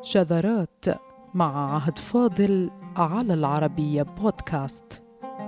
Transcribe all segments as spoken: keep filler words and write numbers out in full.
شذرات مع عهد فاضل على العربية بودكاست.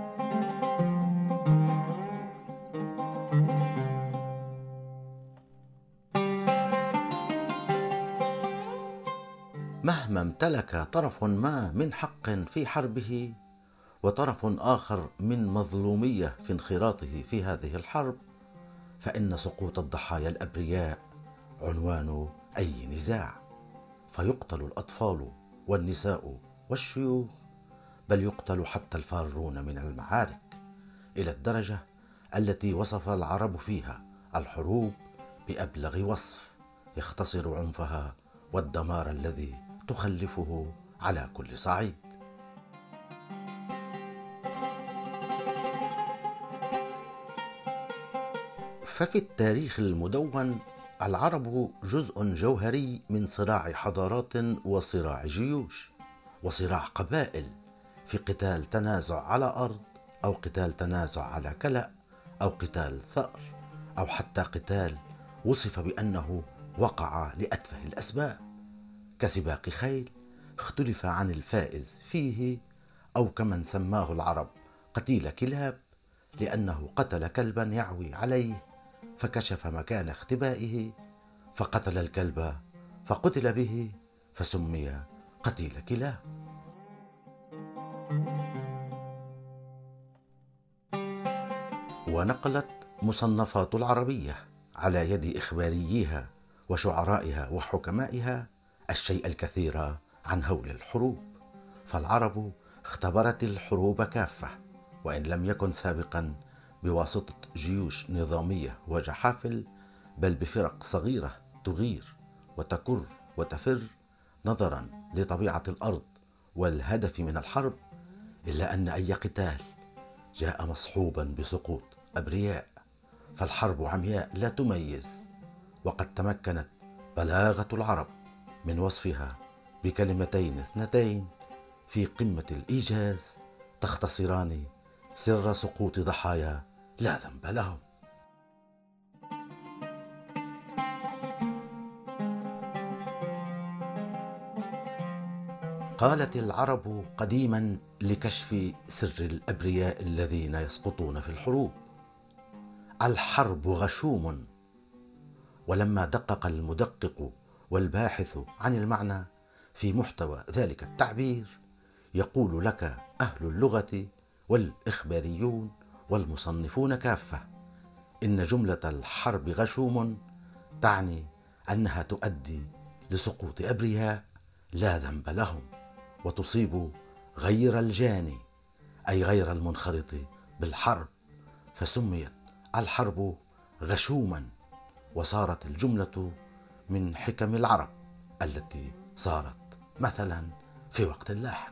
مهما امتلك طرف ما من حق في حربه وطرف آخر من مظلومية في انخراطه في هذه الحرب، فإن سقوط الضحايا الأبرياء عنوان أي نزاع، فيقتل الأطفال والنساء والشيوخ، بل يقتل حتى الفارون من المعارك، إلى الدرجة التي وصف العرب فيها الحروب بأبلغ وصف يختصر عنفها والدمار الذي تخلفه على كل صعيد. ففي التاريخ المدون العرب جزء جوهري من صراع حضارات وصراع جيوش وصراع قبائل، في قتال تنازع على أرض، أو قتال تنازع على كلأ، أو قتال ثأر، أو حتى قتال وصف بأنه وقع لأتفه الأسباب كسباق خيل اختلف عن الفائز فيه، أو كمن سماه العرب قتيل كلاب لأنه قتل كلبا يعوي عليه فكشف مكان اختبائه فقتل الكلب فقتل به فسمي قتيل كلاب. ونقلت مصنفات العربية على يد إخبارييها وشعرائها وحكمائها الشيء الكثير عن هول الحروب، فالعرب اختبرت الحروب كافة، وإن لم يكن سابقا بواسطة جيوش نظامية وجحافل، بل بفرق صغيرة تغير وتكر وتفر نظرا لطبيعة الأرض والهدف من الحرب، إلا أن أي قتال جاء مصحوبا بسقوط أبرياء، فالحرب عمياء لا تميز. وقد تمكنت بلاغة العرب من وصفها بكلمتين اثنتين في قمة الإيجاز تختصران سر سقوط ضحايا لا ذنب لهم. قالت العرب قديما لكشف سر الأبرياء الذين يسقطون في الحروب: الحرب غشوم. ولما دقق المدقق والباحث عن المعنى في محتوى ذلك التعبير، يقول لك أهل اللغة والإخباريون والمصنفون كافة إن جملة الحرب غشوم تعني أنها تؤدي لسقوط أبرياء لا ذنب لهم، وتصيب غير الجاني أي غير المنخرط بالحرب، فسميت الحرب غشوما، وصارت الجملة من حكم العرب التي صارت مثلا في وقت لاحق.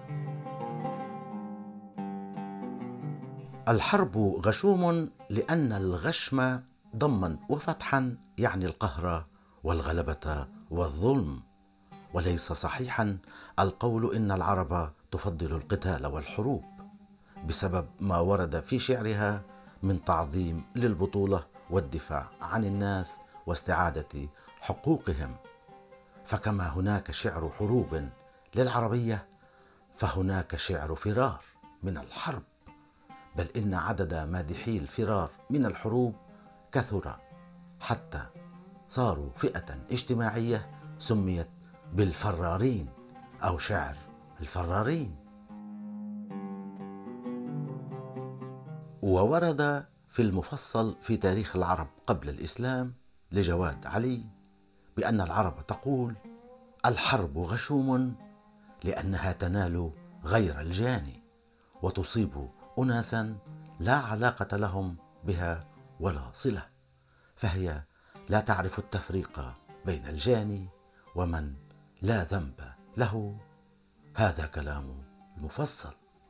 الحرب غشوم لأن الغشم ضما وفتحا يعني القهر والغلبة والظلم، وليس صحيحا القول إن العرب تفضل القتال والحروب، بسبب ما ورد في شعرها من تعظيم للبطولة والدفاع عن الناس واستعادة حقوقهم. فكما هناك شعر حروب للعربية، فهناك شعر فرار من الحرب، بل إن عدد مادحي الفرار من الحروب كثر حتى صاروا فئة اجتماعية سميت بالفرارين أو شعر الفرارين. وورد في المفصل في تاريخ العرب قبل الإسلام لجواد علي بأن العرب تقول: الحرب غشوم لأنها تنال غير الجاني وتصيب أناسا لا علاقة لهم بها ولا صلة، فهي لا تعرف التفريق بين الجاني ومن لا ذنب له. هذا كلام المفصل.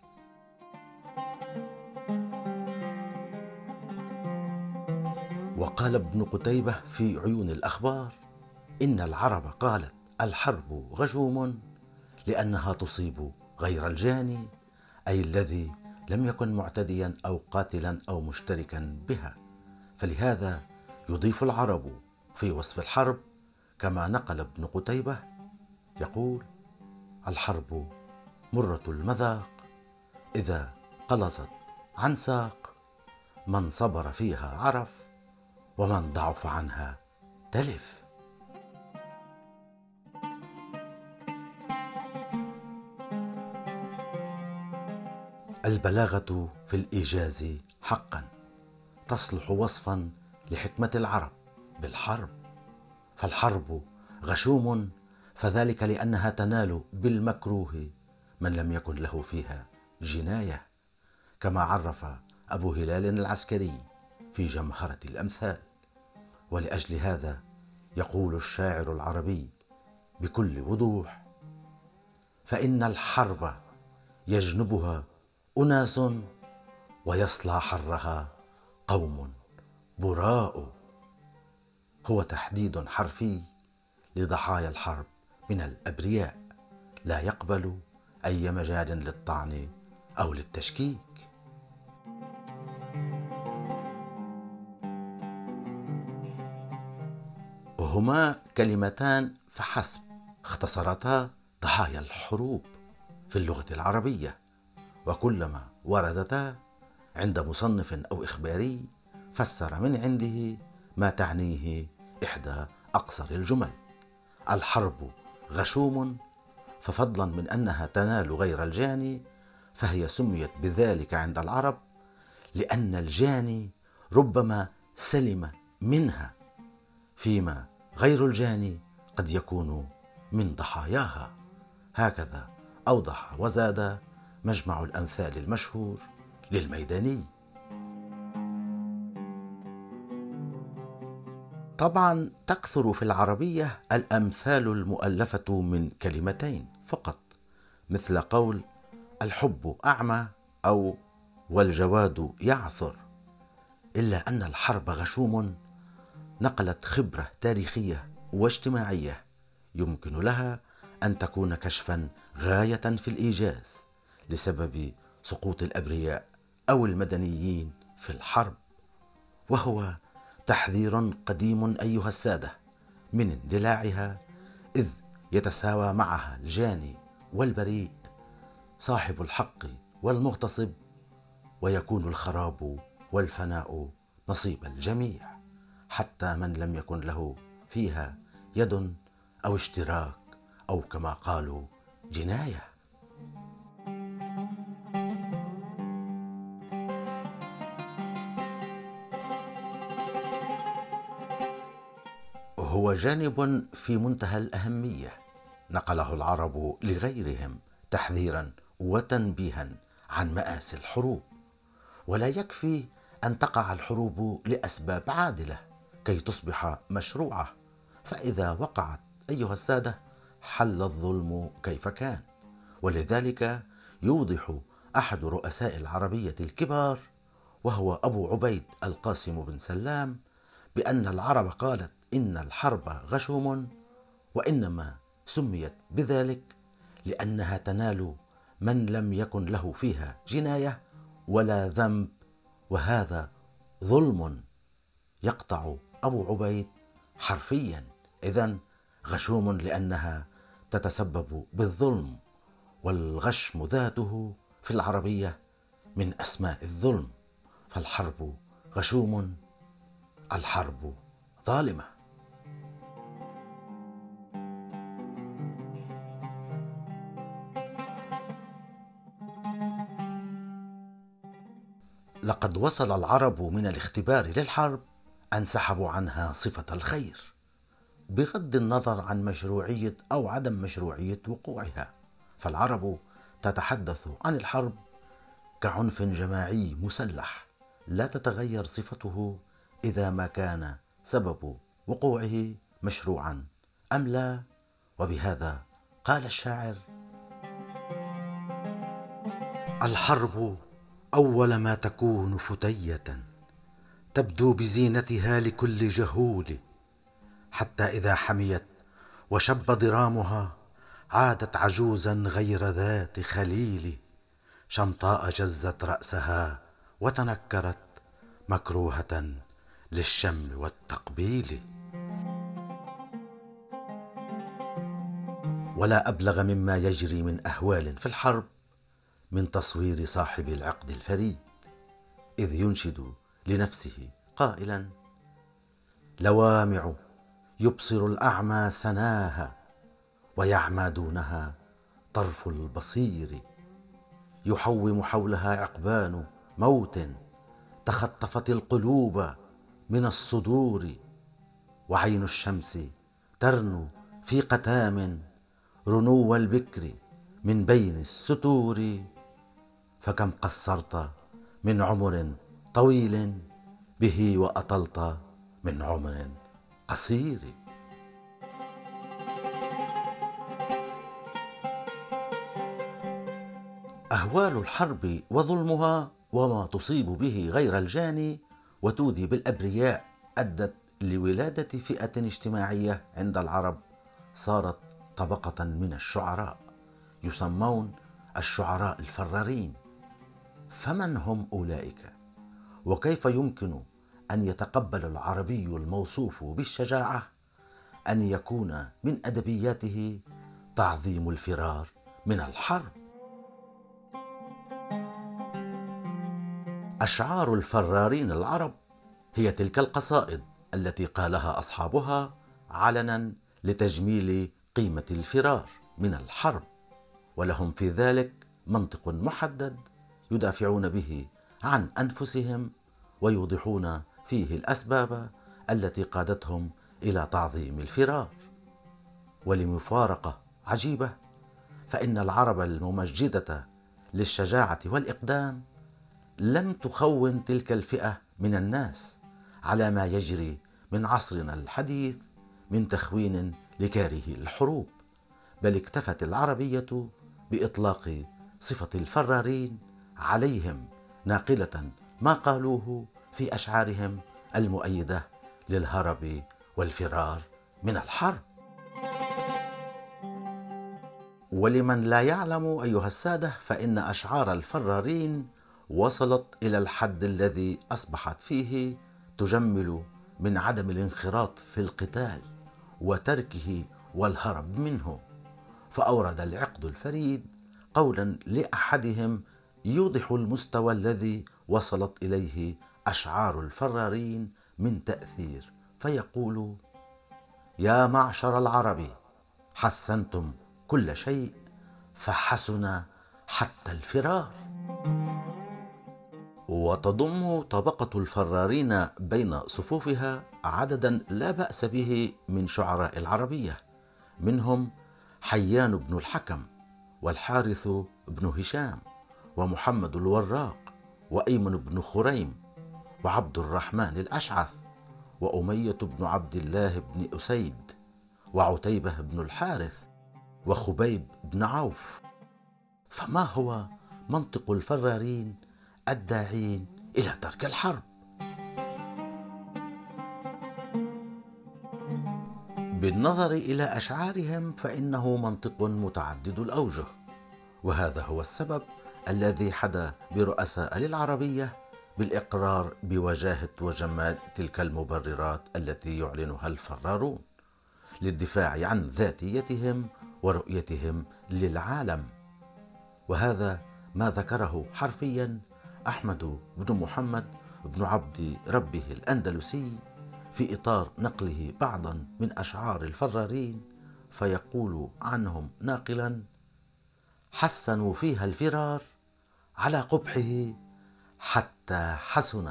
وقال ابن قتيبة في عيون الأخبار: إن العرب قالت الحرب غشوم لأنها تصيب غير الجاني، أي الذي لم يكن معتديا أو قاتلا أو مشتركا بها. فلهذا يضيف العرب في وصف الحرب كما نقل ابن قتيبة يقول: الحرب مرة المذاق، إذا قلصت عن ساق، من صبر فيها عرف، ومن ضعف عنها تلف. البلاغة في الإيجاز حقا تصلح وصفا لحكمة العرب بالحرب، فالحرب غشوم، فذلك لأنها تنال بالمكروه من لم يكن له فيها جناية، كما عرف أبو هلال العسكري في جمهرة الأمثال. ولأجل هذا يقول الشاعر العربي بكل وضوح: فإن الحرب يجنبها أناس، ويصلى حرها قوم براء. هو تحديد حرفي لضحايا الحرب من الأبرياء، لا يقبل أي مجال للطعن أو للتشكيك. هما كلمتان فحسب اختصرتا ضحايا الحروب في اللغة العربية، وكلما وردتا عند مصنف أو إخباري فسر من عنده ما تعنيه إحدى أقصر الجمل: الحرب غشوم، ففضلا من أنها تنال غير الجاني فهي سميت بذلك عند العرب لأن الجاني ربما سلم منها، فيما غير الجاني قد يكون من ضحاياها. هكذا أوضح وزاد مجمع الأمثال المشهور للميداني. طبعا تكثر في العربية الأمثال المؤلفة من كلمتين فقط، مثل قول الحب أعمى أو والجواد يعثر، إلا أن الحرب غشوم نقلت خبرة تاريخية واجتماعية يمكن لها أن تكون كشفا غاية في الإيجاز لسبب سقوط الأبرياء أو المدنيين في الحرب، وهو تحذير قديم أيها السادة من اندلاعها، إذ يتساوى معها الجاني والبريء، صاحب الحق والمغتصب، ويكون الخراب والفناء نصيب الجميع، حتى من لم يكن له فيها يد أو اشتراك أو كما قالوا جناية. هو جانب في منتهى الأهمية نقله العرب لغيرهم تحذيرا وتنبيها عن مآسي الحروب، ولا يكفي أن تقع الحروب لأسباب عادلة كي تصبح مشروعة، فإذا وقعت أيها السادة حل الظلم كيف كان. ولذلك يوضح أحد رؤساء العربية الكبار وهو أبو عبيد القاسم بن سلام بأن العرب قالت إن الحرب غشوم، وإنما سميت بذلك لأنها تنال من لم يكن له فيها جناية ولا ذنب، وهذا ظلم يقطع أبو عبيد حرفيا. إذن غشوم لأنها تتسبب بالظلم، والغشم ذاته في العربية من أسماء الظلم، فالحرب غشوم، الحرب ظالمة. لقد وصل العرب من الاختبار للحرب أن سحبوا عنها صفة الخير، بغض النظر عن مشروعية أو عدم مشروعية وقوعها، فالعرب تتحدث عن الحرب كعنف جماعي مسلح لا تتغير صفته إذا ما كان سبب وقوعه مشروعا أم لا. وبهذا قال الشاعر: الحرب أول ما تكون فتية، تبدو بزينتها لكل جهول، حتى إذا حميت وشب ضرامها عادت عجوزا غير ذات خليل، شمطاء جزت رأسها وتنكرت مكروهة للشم والتقبيل. ولا أبلغ مما يجري من أهوال في الحرب من تصوير صاحب العقد الفريد، إذ ينشد لنفسه قائلا: لوامع يبصر الأعمى سناها، ويعمى دونها طرف البصير، يحوم حولها عقبان موت تخطفت القلوب من الصدور، وعين الشمس ترنو في قتام رنو البكر من بين الستور، فكم قصرت من عمر طويل به وأطلت من عمر قصير. أهوال الحرب وظلمها وما تصيب به غير الجاني وتودي بالأبرياء أدت لولادة فئة اجتماعية عند العرب صارت طبقة من الشعراء يسمون الشعراء الفرارين. فمن هم أولئك؟ وكيف يمكن أن يتقبل العربي الموصوف بالشجاعة أن يكون من أدبياته تعظيم الفرار من الحرب؟ أشعار الفرارين العرب هي تلك القصائد التي قالها أصحابها علنا لتجميل قيمة الفرار من الحرب، ولهم في ذلك منطق محدد يدافعون به عن أنفسهم ويوضحون فيه الأسباب التي قادتهم إلى تعظيم الفرار. ولمفارقة عجيبة، فإن العرب الممجدة للشجاعة والإقدام لم تخون تلك الفئة من الناس على ما يجري من عصرنا الحديث من تخوين لكاره الحروب، بل اكتفت العربية بإطلاق صفة الفرارين عليهم، ناقلة ما قالوه في أشعارهم المؤيدة للهرب والفرار من الحرب. ولمن لا يعلم أيها السادة، فإن أشعار الفرارين وصلت إلى الحد الذي أصبحت فيه تجمل من عدم الانخراط في القتال وتركه والهرب منه. فأورد العقد الفريد قولا لأحدهم يوضح المستوى الذي وصلت إليه أشعار الفرارين من تأثير، فيقول: يا معشر العرب حسنتم كل شيء فحسن حتى الفرار. وتضم طبقة الفرارين بين صفوفها عددا لا بأس به من شعراء العربية، منهم حيان بن الحكم والحارث بن هشام ومحمد الوراق وأيمن بن خريم وعبد الرحمن الأشعث وأمية بن عبد الله بن أسيد وعتيبة بن الحارث وخبيب بن عوف. فما هو منطق الفرارين الداعين إلى ترك الحرب؟ بالنظر إلى أشعارهم فإنه منطق متعدد الأوجه، وهذا هو السبب الذي حدا برؤساء العربية بالإقرار بوجاهة وجمال تلك المبررات التي يعلنها الفرارون للدفاع عن ذاتيتهم ورؤيتهم للعالم. وهذا ما ذكره حرفيا أحمد بن محمد بن عبد ربه الأندلسي في إطار نقله بعضا من أشعار الفرارين، فيقول عنهم ناقلا: حسنوا فيها الفرار على قبحه حتى حسن.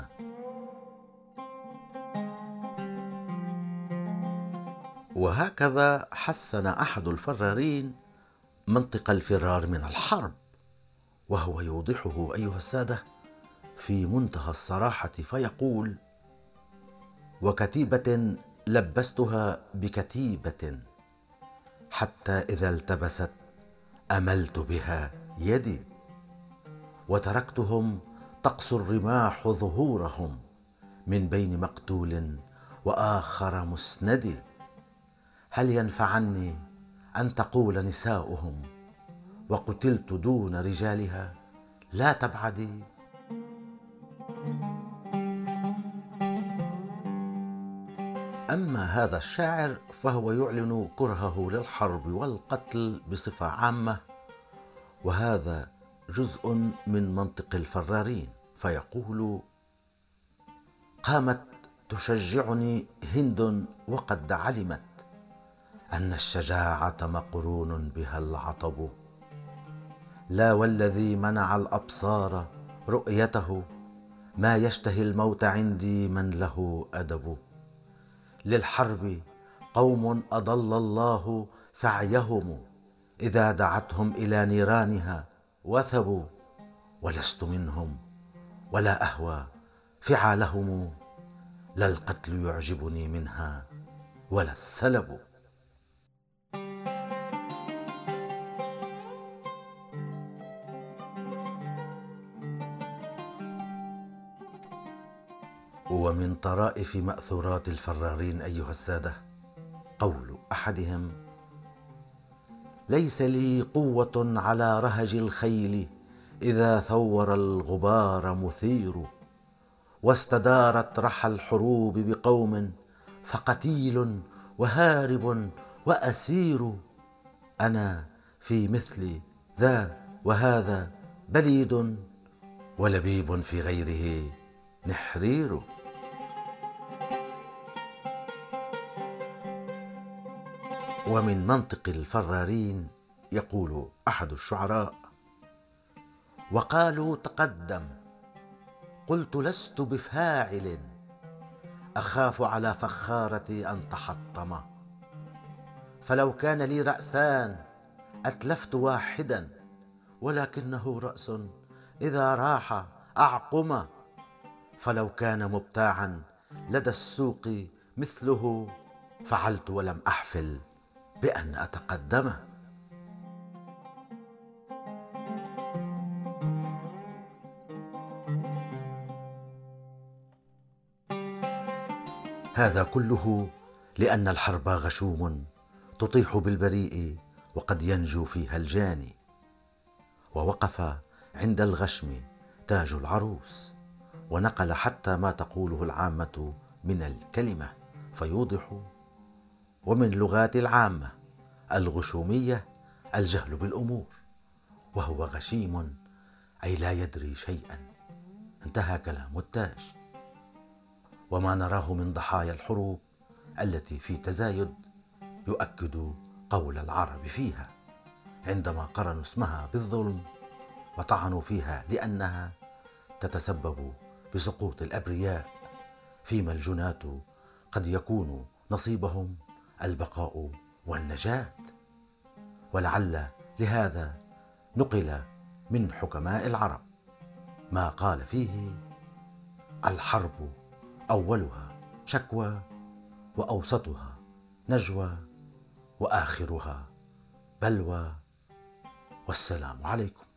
وهكذا حسن أحد الفرارين منطق الفرار من الحرب، وهو يوضحه أيها السادة في منتهى الصراحة، فيقول: وكتيبة لبستها بكتيبة حتى إذا التبست أملت بها يدي، وتركتهم تقص الرماح ظهورهم من بين مقتول وآخر مسند، هل ينفعني أن تقول نساؤهم وقتلت دون رجالها لا تبعدي. أما هذا الشاعر فهو يعلن كرهه للحرب والقتل بصفة عامة، وهذا جزء من منطق الفرارين، فيقول: قامت تشجعني هند وقد علمت أن الشجاعة مقرون بها العطب، لا والذي منع الأبصار رؤيته ما يشتهي الموت عندي من له أدب. للحرب قوم أضل الله سعيهم إذا دعتهم إلى نيرانها وثبوا، ولست منهم ولا أهوى فعالهم، لا القتل يعجبني منها ولا السلب. ومن طرائف مأثورات الفرارين أيها السادة قول أحدهم: ليس لي قوة على رهج الخيل إذا ثور الغبار مثير، واستدارت رحى الحروب بقوم فقتيل وهارب وأسير، أنا في مثل ذا وهذا بليد، ولبيب في غيره نحرير. ومن منطق الفرارين يقول أحد الشعراء: وقالوا تقدم قلت لست بفاعل، أخاف على فخارتي أن تحطم، فلو كان لي رأسان أتلفت واحدا، ولكنه رأس إذا راح أعقم، فلو كان مبتاعا لدى السوق مثله فعلت ولم أحفل بأن أتقدم. هذا كله لأن الحرب غشوم تطيح بالبريء وقد ينجو فيها الجاني. ووقف عند الغشم تاج العروس، ونقل حتى ما تقوله العامة من الكلمة فيوضح: ومن لغات العامة الغشومية الجهل بالأمور، وهو غشيم أي لا يدري شيئا. انتهى كلام التاج. وما نراه من ضحايا الحروب التي في تزايد يؤكد قول العرب فيها عندما قرنوا اسمها بالظلم وطعنوا فيها لأنها تتسبب بسقوط الأبرياء، فيما الجناة قد يكون نصيبهم البقاء والنجاة. ولعل لهذا نقل من حكماء العرب ما قال فيه: الحرب أولها شكوى، وأوسطها نجوى، وآخرها بلوى، والسلام عليكم.